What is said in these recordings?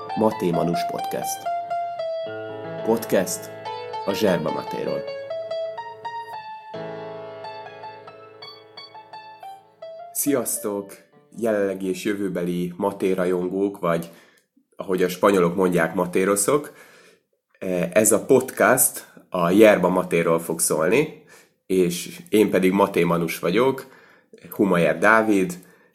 Maté Manus Podcast. Podcast a Zserba Matéról. Sziasztok! Jelenlegi és jövőbeli Maté rajongók, vagy ahogy a spanyolok mondják, matéroszok. Ez a podcast a Zserba Matéról fog szólni, és én pedig Maté Manus vagyok, Humayer Dávid,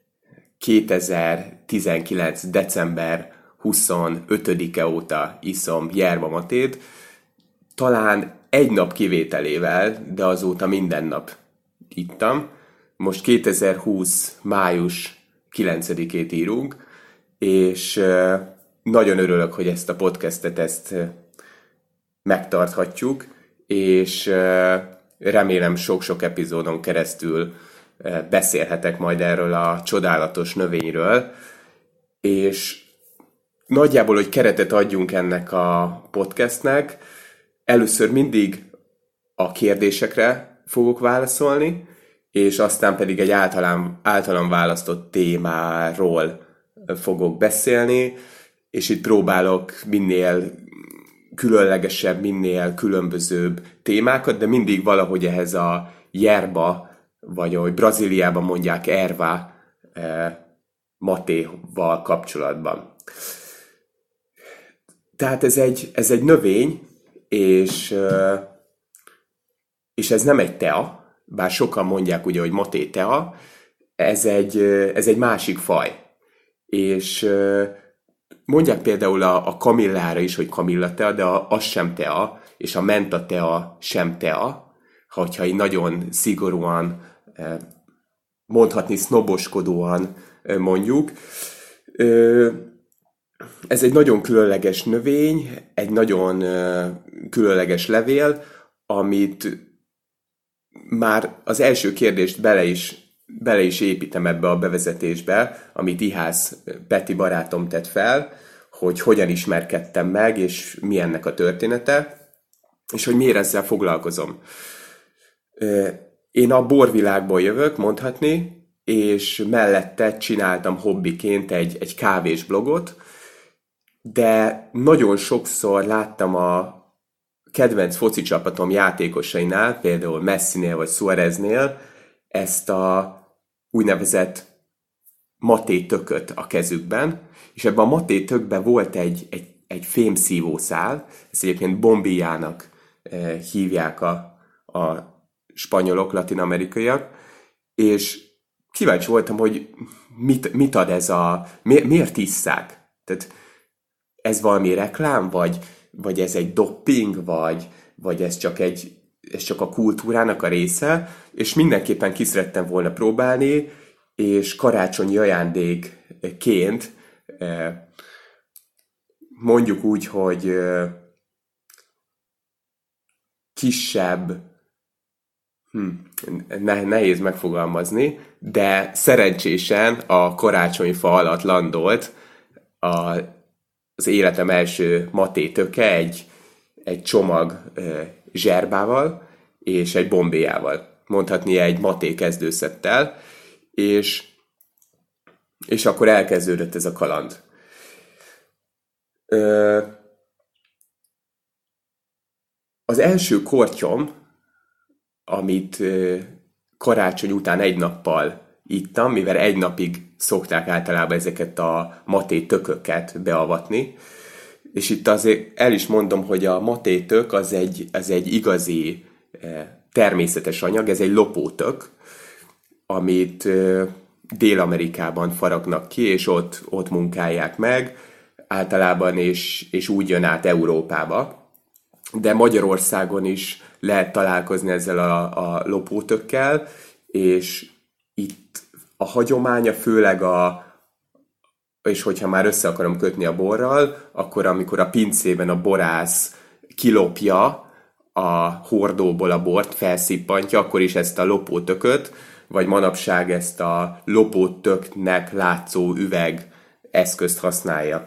2019. december 25-e óta iszom Zserba Matét, talán egy nap kivételével, de azóta minden nap ittam. Most 2020. május 9-ét írunk, és nagyon örülök, hogy ezt a podcastet megtarthatjuk, és remélem sok-sok epizódon keresztül beszélhetek majd erről a csodálatos növényről, és nagyjából, hogy keretet adjunk ennek a podcastnek, először mindig a kérdésekre fogok válaszolni, és aztán pedig egy általam választott témáról fogok beszélni, és itt próbálok minél különlegesebb, minél különbözőbb témákat, de mindig valahogy ehhez a Zserba, vagy ahogy Brazíliában mondják, erva matéval kapcsolatban. Tehát ez egy növény, és ez nem egy tea, bár sokan mondják ugye, hogy maté tea, ez egy másik faj. És mondják például a kamillára is, hogy kamilla tea, de az sem tea, és a menta tea sem tea, hogyha így nagyon szigorúan, mondhatni sznoboskodóan mondjuk. Ez egy nagyon különleges növény, egy nagyon különleges levél, amit már az első kérdést bele is építem ebbe a bevezetésbe, amit Ihász Peti barátom tett fel, hogy hogyan ismerkedtem meg, és mi ennek a története, és hogy miért ezzel foglalkozom. Én a borvilágból jövök, mondhatni, és mellette csináltam hobbiként egy kávés blogot, de nagyon sokszor láttam a kedvenc foci csapatom játékosainál, például Messinél vagy Suáreznél ezt a úgynevezett maté tököt a kezükben, és ebben a maté tökben volt egy fémszívószál, ezt egyébként bombillának hívják a spanyolok, latin-amerikaiak, és kíváncsi voltam, hogy mit ad ez miért isszák? Tehát ez valami reklám, vagy ez egy dopping, vagy ez csak a kultúrának a része, és mindenképpen ki szerettem volna próbálni, és karácsonyi ajándékként mondjuk úgy, hogy kisebb, nehéz megfogalmazni, de szerencsésen a karácsonyfa alatt landolt az életem első maté töke egy csomag zserbával és egy bombéjával. Mondhatni egy maté kezdőszettel, és akkor elkezdődött ez a kaland. Az első kortyom, amit karácsony után egy nappal ittam, mivel egy napig szokták általában ezeket a maté tököket beavatni, és itt azért el is mondom, hogy a maté tök az egy igazi természetes anyag, ez egy lopótök, amit Dél-Amerikában faragnak ki, és ott munkálják meg általában, és úgy jön át Európába. De Magyarországon is lehet találkozni ezzel a lopótökkel, és itt a hagyománya főleg és hogyha már össze akarom kötni a borral, akkor amikor a pincében a borász kilopja a hordóból a bort, felszippantja, akkor is ezt a lopótököt, vagy manapság ezt a lopótöknek látszó üveg eszközt használja.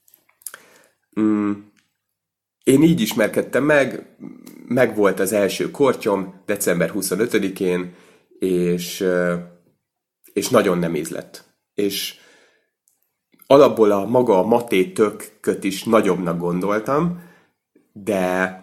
Én így ismerkedtem meg volt az első kortyom december 25-én, és nagyon nem ízlett. És alapból a maga a maté tököt is nagyobbnak gondoltam, de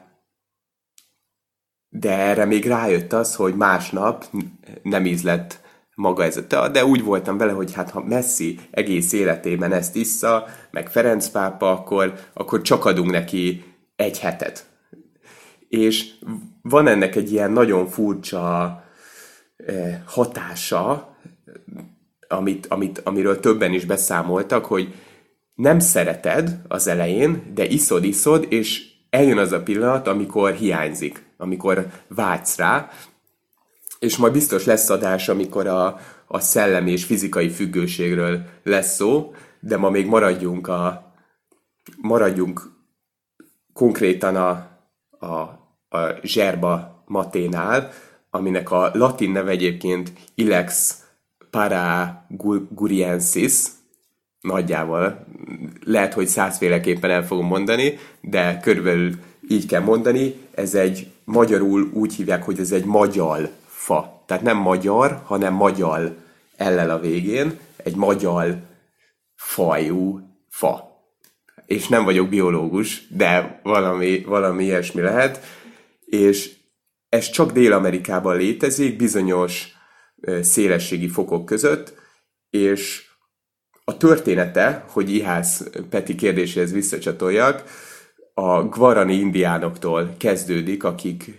de erre még rájött az, hogy másnap nem ízlett maga ez a tea, de úgy voltam vele, hogy hát ha Messi egész életében ezt issza, meg Ferenc pápa, akkor csak adunk neki egy hetet. És van ennek egy ilyen nagyon furcsa hatása, amiről többen is beszámoltak, hogy nem szereted az elején, de iszod, és eljön az a pillanat, amikor hiányzik, amikor vágysz rá, és majd biztos lesz adás, amikor a szellemi és fizikai függőségről lesz szó, de ma még maradjunk konkrétan a zserba maténál, aminek a latin neve egyébként Ilex paraguriensis, nagyjából, lehet, hogy 100 féleképpen el fogom mondani, de körülbelül így kell mondani, ez egy, magyarul úgy hívják, hogy ez egy magyal fa. Tehát nem magyar, hanem magyal ellel a végén, egy magyal fajú fa. És nem vagyok biológus, de valami ilyesmi lehet, és ez csak Dél-Amerikában létezik, bizonyos szélességi fokok között, és a története, hogy Ihász Peti kérdéséhez visszacsatoljak, a guarani indiánoktól kezdődik, akik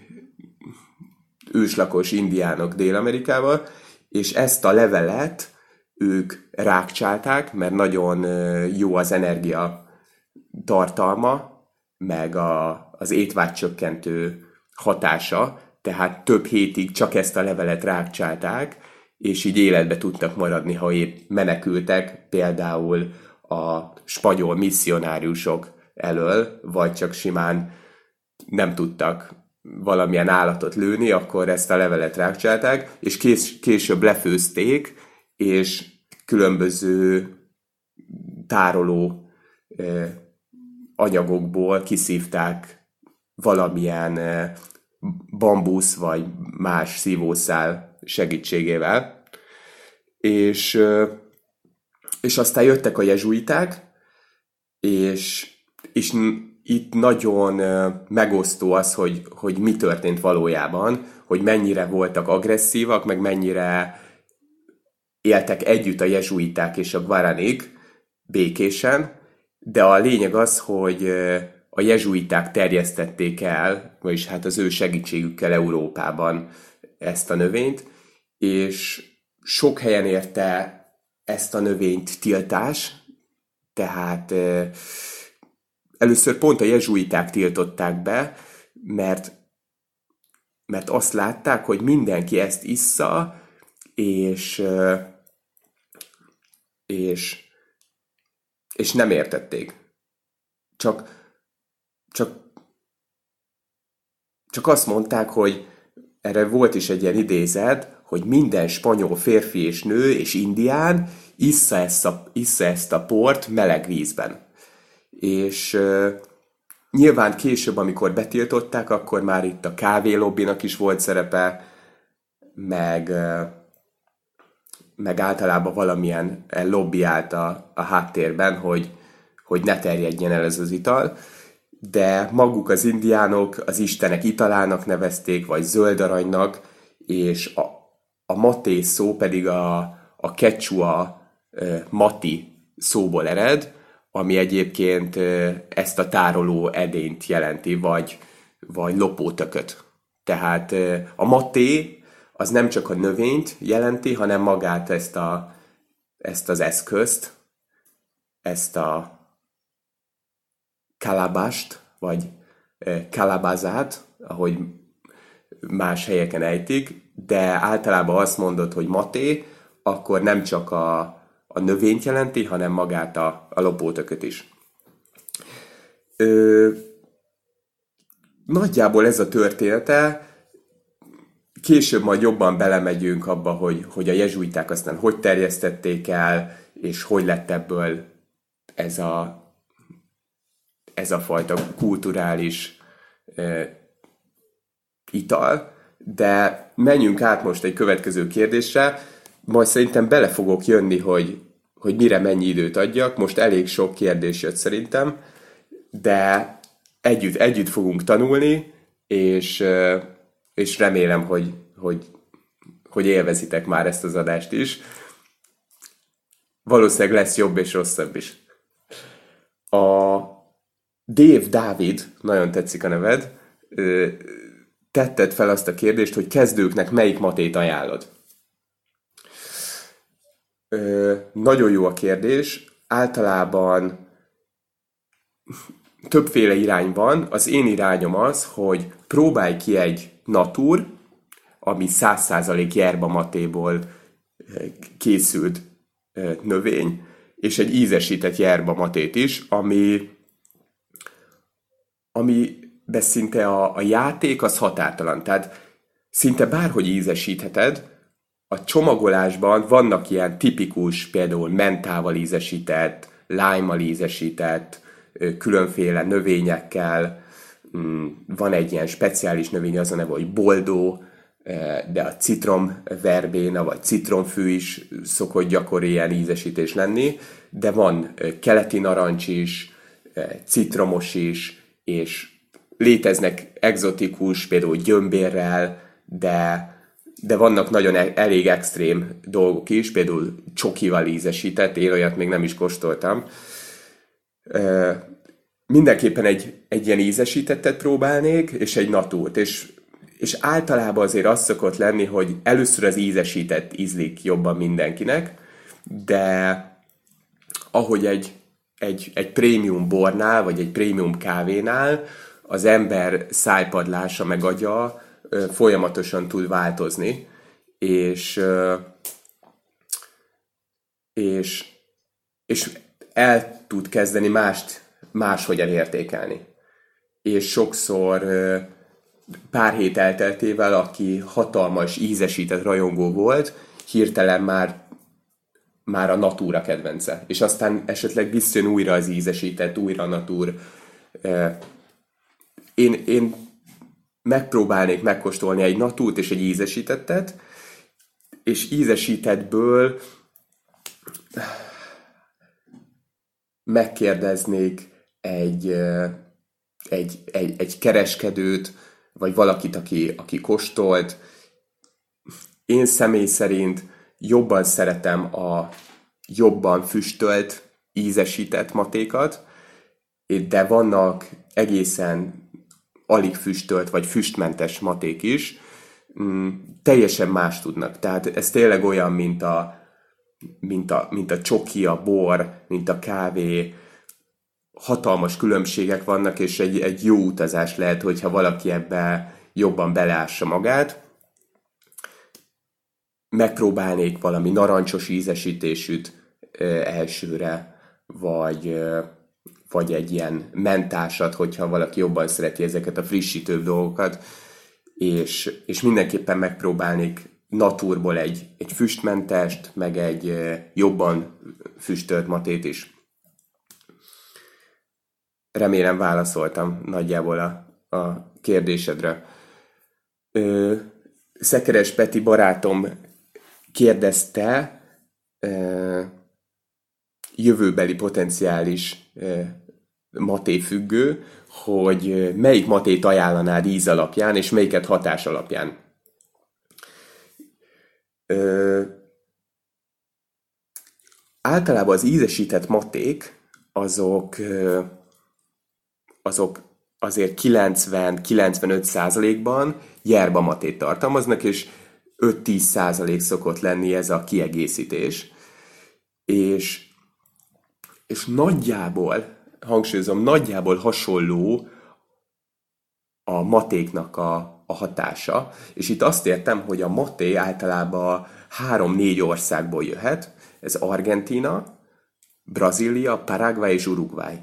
őslakos indiánok Dél-Amerikában, és ezt a levelet ők rákcsálták, mert nagyon jó az energia tartalma, meg az étvágycsökkentő hatása, tehát több hétig csak ezt a levelet rákcsálták, és így életbe tudtak maradni, ha épp menekültek, például a spanyol misszionáriusok elől, vagy csak simán nem tudtak valamilyen állatot lőni, akkor ezt a levelet rákcsálták, és később lefőzték, és különböző tároló anyagokból kiszívták valamilyen bambusz vagy más szívószál segítségével. És aztán jöttek a jezsuiták, és itt nagyon megosztó az, hogy mi történt valójában, hogy mennyire voltak agresszívak, meg mennyire éltek együtt a jezsuiták és a guaranik békésen, de a lényeg az, hogy a jezsuiták terjesztették el, vagyis hát az ő segítségükkel Európában ezt a növényt, és sok helyen érte ezt a növényt tiltás, tehát először pont a jezsuiták tiltották be, mert azt látták, hogy mindenki ezt issza, és nem értették. Csak azt mondták, hogy erre volt is egy ilyen idézet, hogy minden spanyol férfi és nő és indián issza ezt a port meleg vízben. És nyilván később, amikor betiltották, akkor már itt a kávélobbinak is volt szerepe, meg általában valamilyen lobby állt a háttérben, hogy ne terjedjen el ez az ital, de maguk az indiánok az istenek italának nevezték, vagy zöld aranynak, és a maté szó pedig a quechua mati szóból ered, ami egyébként ezt a tároló edényt jelenti, vagy lopótököt. Tehát a maté az nem csak a növényt jelenti, hanem magát ezt az eszközt, ezt a kalabást, vagy kalabázát, ahogy más helyeken ejtik, de általában azt mondod, hogy maté, akkor nem csak a növényt jelenti, hanem magát a lopótököt is. Nagyjából ez a története. Később majd jobban belemegyünk abba, hogy a jezsuiták aztán hogy terjesztették el, és hogy lett ebből ez a fajta kulturális ital. De menjünk át most egy következő kérdésre, majd szerintem bele fogok jönni, hogy mire mennyi időt adjak. Most elég sok kérdés jött szerintem, de együtt fogunk tanulni, és remélem, hogy élvezitek már ezt az adást is. Valószínűleg lesz jobb és rosszabb is. A Dave Dávid, nagyon tetszik a neved, tetted fel azt a kérdést, hogy kezdőknek melyik matét ajánlod. Nagyon jó a kérdés. Általában többféle irány van. Az én irányom az, hogy próbálj ki egy natur, ami 100% yerba matéból készült növény, és egy ízesített yerba matét is, amiben szinte a játék az határtalan. Tehát szinte bárhogy ízesítheted, a csomagolásban vannak ilyen tipikus, például mentával ízesített, lime-mal ízesített, különféle növényekkel, van egy ilyen speciális növény, az a neve, hogy boldó, de a citromverbéna vagy citromfű is szokott gyakori ilyen ízesítés lenni, de van keleti narancs is, citromos is, és léteznek egzotikus, például gyömbérrel, de vannak nagyon elég extrém dolgok is, például csokival ízesített, én olyat még nem is kóstoltam. Mindenképpen egy ilyen ízesítettet próbálnék, és egy natúrt, és általában azért az szokott lenni, hogy először az ízesített ízlik jobban mindenkinek, de ahogy egy prémium bornál, vagy egy prémium kávénál, az ember szájpadlása meg agya folyamatosan tud változni, és el tud kezdeni máshogyan értékelni. És sokszor pár hét elteltével, aki hatalmas ízesített rajongó volt, hirtelen már a natúra kedvence. És aztán esetleg visszajön újra az ízesített, újra a natúr. Én megpróbálnék megkóstolni egy natúrt és egy ízesítettet, és ízesítettből megkérdeznék egy kereskedőt, vagy valakit, aki kóstolt. Én személy szerint jobban szeretem a jobban füstölt, ízesített matékat, de vannak egészen alig füstölt, vagy füstmentes maték is, teljesen más tudnak. Tehát ez tényleg olyan, mint a csoki, a bor, mint a kávé. Hatalmas különbségek vannak, és egy jó utazás lehet, hogyha valaki ebbe jobban beleássa magát. Megpróbálnék valami narancsos ízesítésűt elsőre, vagy egy ilyen mentásat, hogyha valaki jobban szereti ezeket a frissítőbb dolgokat, és mindenképpen megpróbálnék natúrból egy füstmentest, meg egy jobban füstölt matét is. Remélem válaszoltam nagyjából a kérdésedre. Szekeres Peti barátom kérdezte jövőbeli potenciális matéfüggő, hogy melyik matét ajánlanád íz alapján, és melyiket hatás alapján. Általában az ízesített maték azok azért 90-95%-ban yerba matét tartalmaznak, és 5-10% szokott lenni ez a kiegészítés. És nagyjából, hangsúlyozom, nagyjából hasonló a matéknak a hatása. És itt azt értem, hogy a maté általában 3-4 országból jöhet. Ez Argentína, Brazília, Paraguay és Uruguay.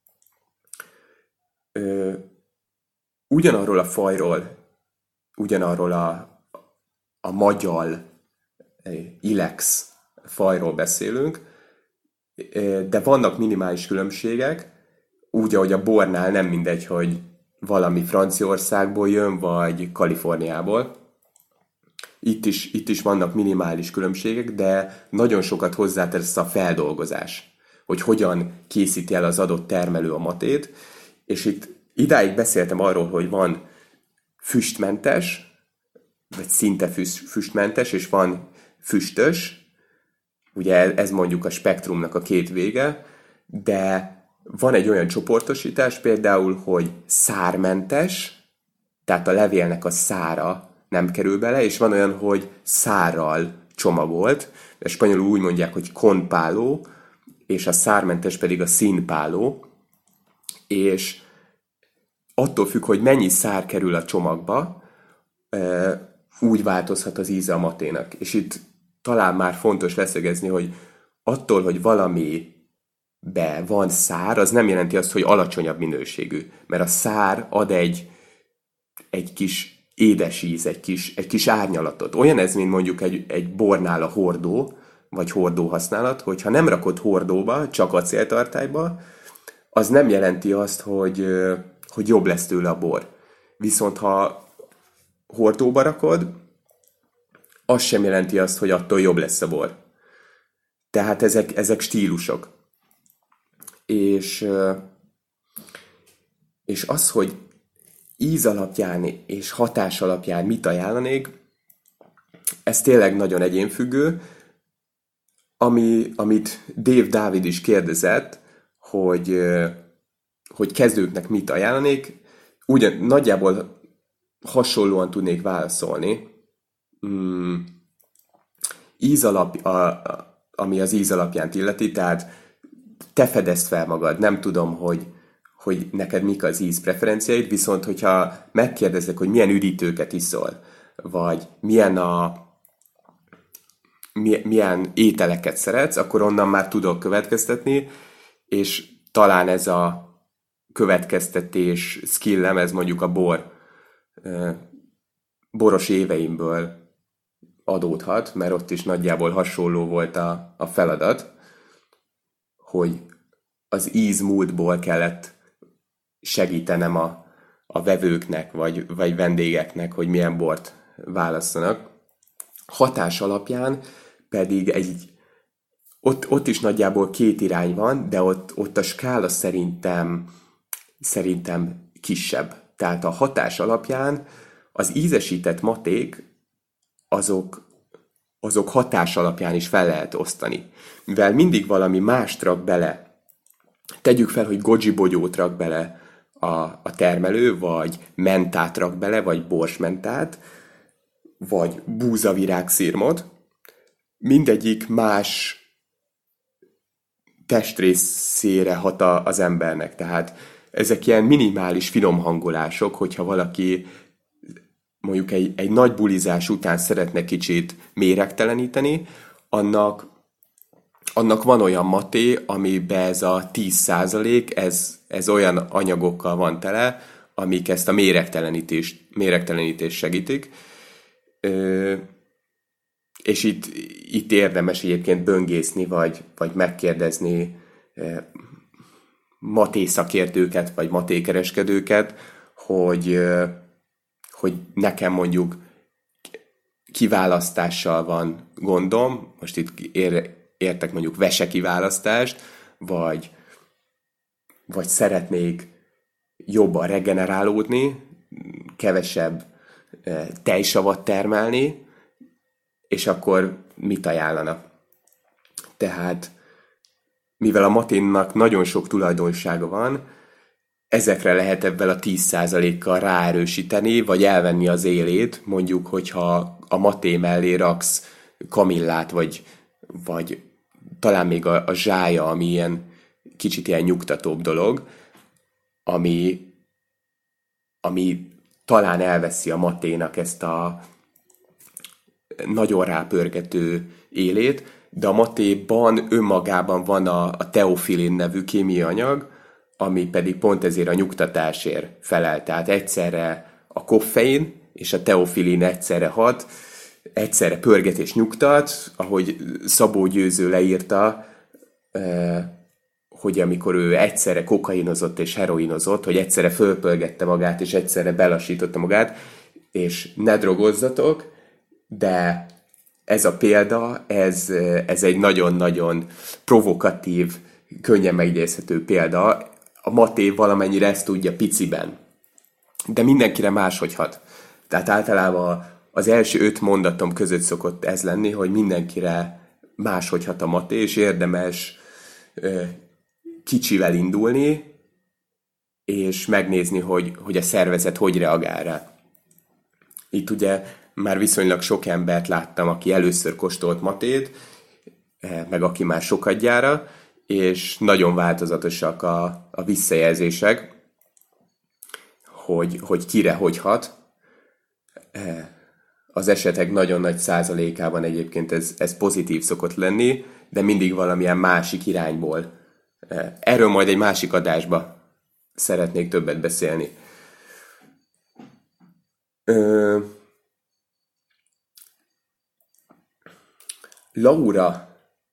Ugyanarról a fajról, ugyanarról a magyar Ilex fajról beszélünk, de vannak minimális különbségek, úgy, ahogy a bornál nem mindegy, hogy valami Franciaországból jön, vagy Kaliforniából. itt is vannak minimális különbségek, de nagyon sokat hozzátesz a feldolgozás, hogy hogyan készíti el az adott termelő a matét, és itt idáig beszéltem arról, hogy van füstmentes, vagy szinte füstmentes, és van füstös, ugye ez mondjuk a spektrumnak a két vége, de van egy olyan csoportosítás például, hogy szármentes, tehát a levélnek a szára nem kerül bele, és van olyan, hogy szárral csomagolt, spanyolul úgy mondják, hogy con palo, és a szármentes pedig a sin palo, és attól függ, hogy mennyi szár kerül a csomagba, úgy változhat az íze a maténak. És itt talán már fontos leszögezni, hogy attól, hogy valamibe van szár, az nem jelenti azt, hogy alacsonyabb minőségű. Mert a szár ad egy kis édes íz, egy kis árnyalatot. Olyan ez, mint mondjuk egy bornál a hordó, vagy hordó használat, hogyha nem rakod hordóba, csak acéltartályba, az nem jelenti azt, hogy jobb lesz tőle a bor. Viszont ha hordóba rakod, az sem jelenti azt, hogy attól jobb lesz a bor. Tehát ezek stílusok. És az, hogy íz alapján és hatás alapján mit ajánlanék, ez tényleg nagyon egyénfüggő. Amit Dave Dávid is kérdezett, hogy kezdőknek mit ajánlanék, ugyan nagyjából hasonlóan tudnék válaszolni. Ami az íz alapján illeti, tehát te fedezd fel magad, nem tudom, hogy neked mik az íz preferenciáid, viszont hogyha megkérdezek, hogy milyen üdítőket iszol, vagy milyen ételeket szeretsz, akkor onnan már tudok következtetni, és talán ez a következtetés skillem, ez mondjuk a boros éveimből adódhat, mert ott is nagyjából hasonló volt a feladat, hogy az íz múltból kellett segítenem a vevőknek, vagy vendégeknek, hogy milyen bort válasszanak. Hatás alapján pedig ott is nagyjából két irány van, de ott a skála szerintem kisebb. Tehát a hatás alapján az ízesített maték, azok hatás alapján is fel lehet osztani. Mivel mindig valami mást rak bele, tegyük fel, hogy goji bogyót rak bele a termelő, vagy mentát rak bele, vagy borsmentát, vagy búzavirágszirmot, mindegyik más testrészére hat az embernek. Tehát ezek ilyen minimális finom hangolások, hogyha valaki mondjuk egy nagy bulizás után szeretne kicsit méregteleníteni, annak van olyan maté, amiben ez a 10%, ez olyan anyagokkal van tele, amik ezt a méregtelenítést segítik. És itt érdemes egyébként böngészni, vagy megkérdezni maté szakértőket, vagy matékereskedőket, hogy nekem mondjuk kiválasztással van gondom, most itt értek mondjuk vese kiválasztást, vagy szeretnék jobban regenerálódni, kevesebb tejsavat termelni, és akkor mit ajánlanak? Tehát, mivel a maténnak nagyon sok tulajdonsága van, ezekre lehet ebben a 10%-kal ráerősíteni, vagy elvenni az élét, mondjuk, hogyha a maté mellé raksz kamillát, vagy talán még a zsája, ami kicsit ilyen nyugtatóbb dolog, ami talán elveszi a maténak ezt a nagyon rápörgető élét, de a matéban önmagában van a teofilin nevű kémiai anyag, ami pedig pont ezért a nyugtatásért felel. Tehát egyszerre a koffein és a teofilin egyszerre hat, egyszerre pörget és nyugtat, ahogy Szabó Győző leírta, hogy amikor ő egyszerre kokainozott és heroinozott, hogy egyszerre fölpörgette magát és egyszerre belassította magát, és ne drogozzatok, de ez a példa, ez egy nagyon-nagyon provokatív, könnyen megidézhető példa. A maté valamennyire ezt tudja piciben, de mindenkire máshogy hat. Tehát általában az első 5 mondatom között szokott ez lenni, hogy mindenkire máshogy hat a maté, és érdemes kicsivel indulni, és megnézni, hogy a szervezet hogy reagál rá. Itt ugye már viszonylag sok embert láttam, aki először kóstolt matét, meg aki már sokadjára, és nagyon változatosak a visszajelzések, hogy kire hogy hat. Az esetek nagyon nagy százalékában egyébként ez pozitív szokott lenni, de mindig valamilyen másik irányból. Erről majd egy másik adásba szeretnék többet beszélni. Laura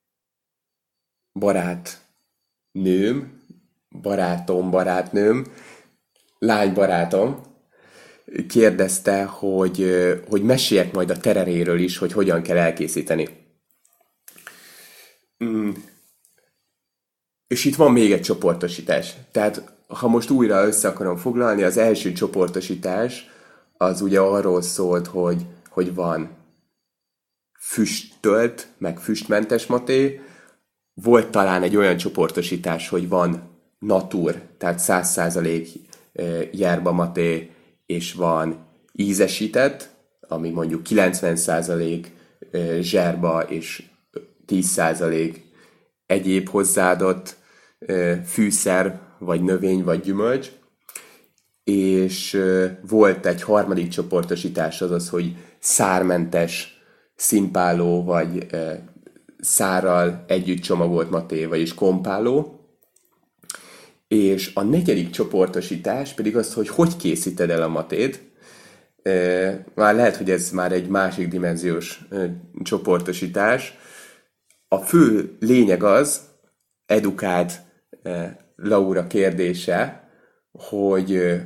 barátnőm, lánybarátom kérdezte, hogy meséljek majd a tereréről is, hogy hogyan kell elkészíteni. És itt van még egy csoportosítás. Tehát, ha most újra össze akarom foglalni, az első csoportosítás az ugye arról szólt, hogy van füstölt, meg füstmentes maté. Volt talán egy olyan csoportosítás, hogy van natur, tehát 100% yerba maté, és van ízesített, ami mondjuk 90% zserba és 10% egyéb hozzáadott fűszer, vagy növény, vagy gyümölcs. És volt egy harmadik csoportosítás, azaz, hogy szármentes, színpáló, vagy szárral együtt csomagolt maté, vagyis kompáló. És a negyedik csoportosítás pedig az, hogy készíted el a matét. Már lehet, hogy ez már egy másik dimenziós csoportosítás. A fő lényeg az, edukált Laura kérdése, hogy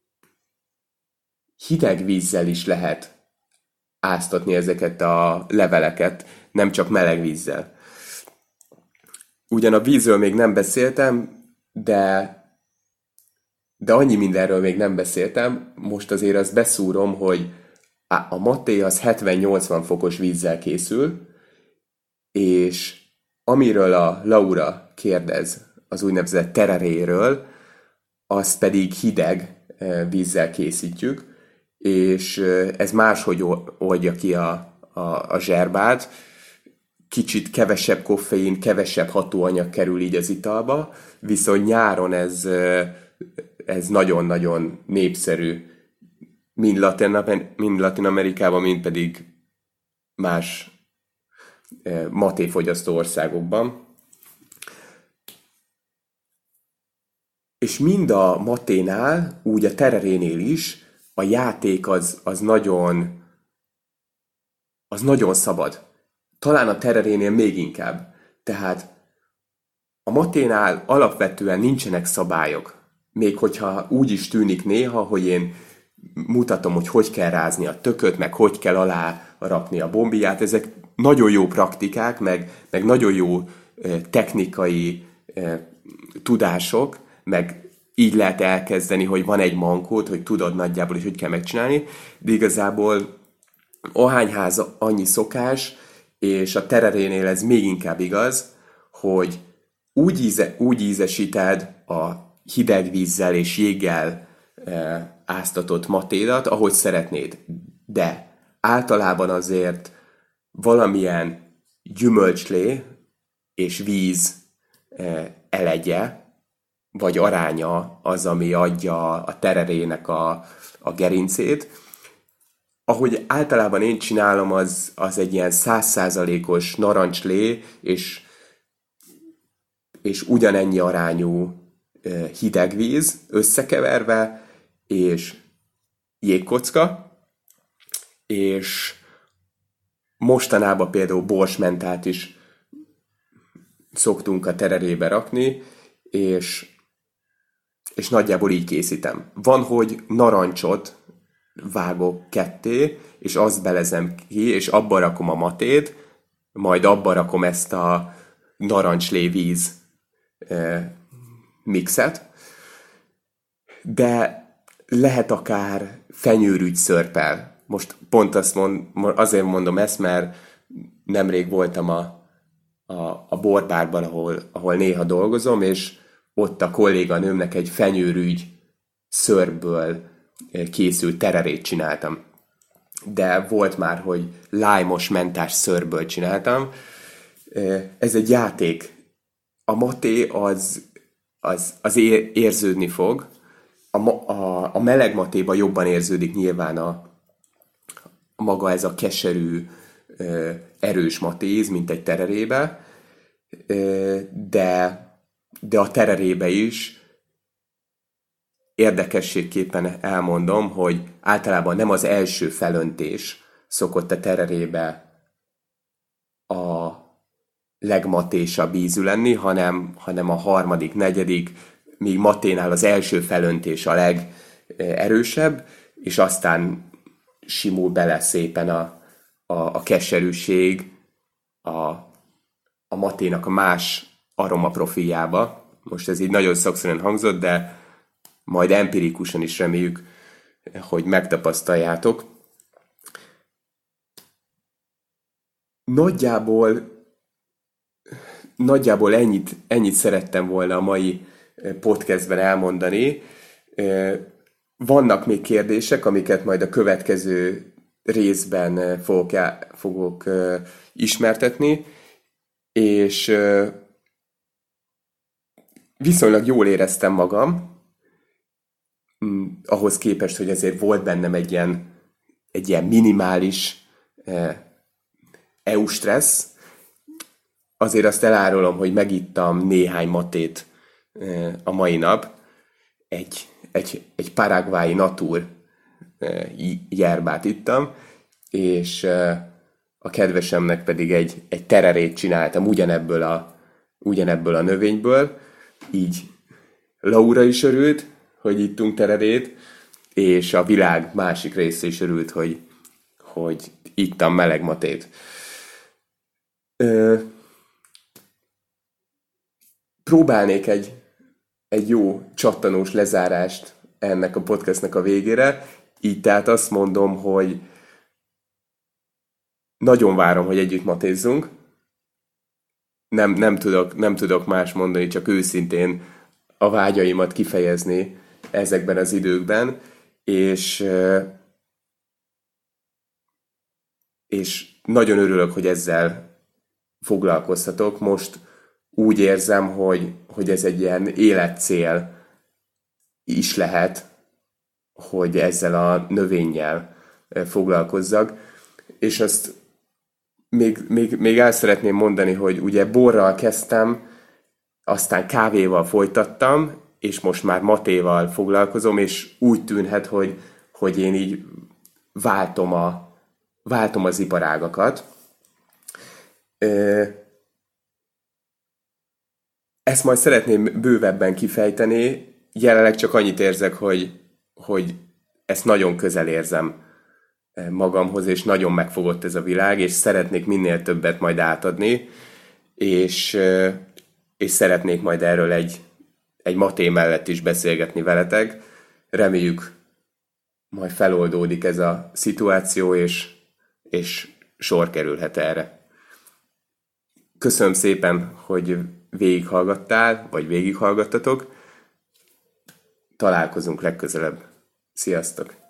hideg vízzel is lehet áztatni ezeket a leveleket, nem csak meleg vízzel. Ugyan a vízről még nem beszéltem, de annyi mindenről még nem beszéltem, most azért azt beszúrom, hogy a maté az 70-80 fokos vízzel készül, és amiről a Laura kérdez, az úgynevezett tereréről, azt pedig hideg vízzel készítjük, és ez máshogy oldja ki a zserbát, kicsit kevesebb koffein, kevesebb hatóanyag kerül így az italba, viszont nyáron ez nagyon-nagyon népszerű, mind Latin Amerikában, mind pedig más matéfogyasztó országokban. És mind a maténál, úgy a tererénél is, a játék az nagyon szabad. Talán a tererénél még inkább. Tehát a maténál alapvetően nincsenek szabályok. Még hogyha úgy is tűnik néha, hogy én mutatom, hogy kell rázni a tököt, meg hogy kell alá rakni a bombiját. Ezek nagyon jó praktikák, meg nagyon jó technikai tudások, meg így lehet elkezdeni, hogy van egy mankót, hogy tudod nagyjából, hogy kell megcsinálni, de igazából ahányház annyi szokás, és a tererénél ez még inkább igaz, hogy úgy ízesíted a hideg vízzel és jéggel áztatott matédat, ahogy szeretnéd. De általában azért valamilyen gyümölcslé és víz elegye, vagy aránya az, ami adja a tererének a gerincét. Ahogy általában én csinálom, az egy ilyen 100%-os narancslé, és ugyanennyi arányú hideg víz összekeverve, és jégkocka, és mostanában például borsmentát is szoktunk a tererébe rakni, és nagyjából így készítem. Van, hogy narancsot vágok ketté, és azt belezem ki, és abba rakom a matét, majd abba rakom ezt a narancslévíz mixet, de lehet akár fenyőrügy szörppel. Most pont azért mondom ezt, mert nemrég voltam a borbárban, ahol néha dolgozom, és ott a kolléganőmnek egy fenyőrügy szörbből készült tererét csináltam. De volt már, hogy lájmos mentás szörbből csináltam. Ez egy játék. A maté az érződni fog. A meleg matéban jobban érződik nyilván maga ez a keserű, erős matéz, mint egy tererébe, de a tererébe is érdekességképpen elmondom, hogy általában nem az első felöntés szokott a tererébe a legmatésabb ízű lenni, hanem a harmadik, negyedik, míg maténál az első felöntés a legerősebb, és aztán simul bele szépen a keserűség a maténak a más aromaprofiljába. Most ez így nagyon szakszerűen hangzott, de majd empirikusan is reméljük, hogy megtapasztaljátok. Nagyjából ennyit szerettem volna a mai podcastben elmondani. Vannak még kérdések, amiket majd a következő részben fogok ismertetni, és viszonylag jól éreztem magam, ahhoz képest, hogy azért volt bennem egy ilyen minimális EU-stressz. Azért azt elárulom, hogy megittam néhány matét a mai nap. Egy paraguayi natur yerbát ittam, és a kedvesemnek pedig egy tererét csináltam ugyanebből a növényből. Így Laura is örült, hogy ittunk tererét, és a világ másik része is örült, hogy ittam meleg matét. Próbálnék egy jó csattanós lezárást ennek a podcastnak a végére, így tehát azt mondom, hogy nagyon várom, hogy együtt matézzunk. Nem tudok más mondani, csak őszintén a vágyaimat kifejezni ezekben az időkben, és nagyon örülök, hogy ezzel foglalkoztatok. Most úgy érzem, hogy ez egy ilyen életcél is lehet, hogy ezzel a növényel foglalkozzak. És azt még el szeretném mondani, hogy ugye borral kezdtem, aztán kávéval folytattam, és most már matéval foglalkozom, és úgy tűnhet, hogy én így váltom az iparágakat. Ezt majd szeretném bővebben kifejteni. Jelenleg csak annyit érzek, hogy ezt nagyon közel érzem magamhoz, és nagyon megfogott ez a világ, és szeretnék minél többet majd átadni, és szeretnék majd erről egy maté mellett is beszélgetni veletek. Reméljük, majd feloldódik ez a szituáció, és sor kerülhet erre. Köszönöm szépen, hogy végighallgattál, vagy végighallgattatok. Találkozunk legközelebb. Sziasztok!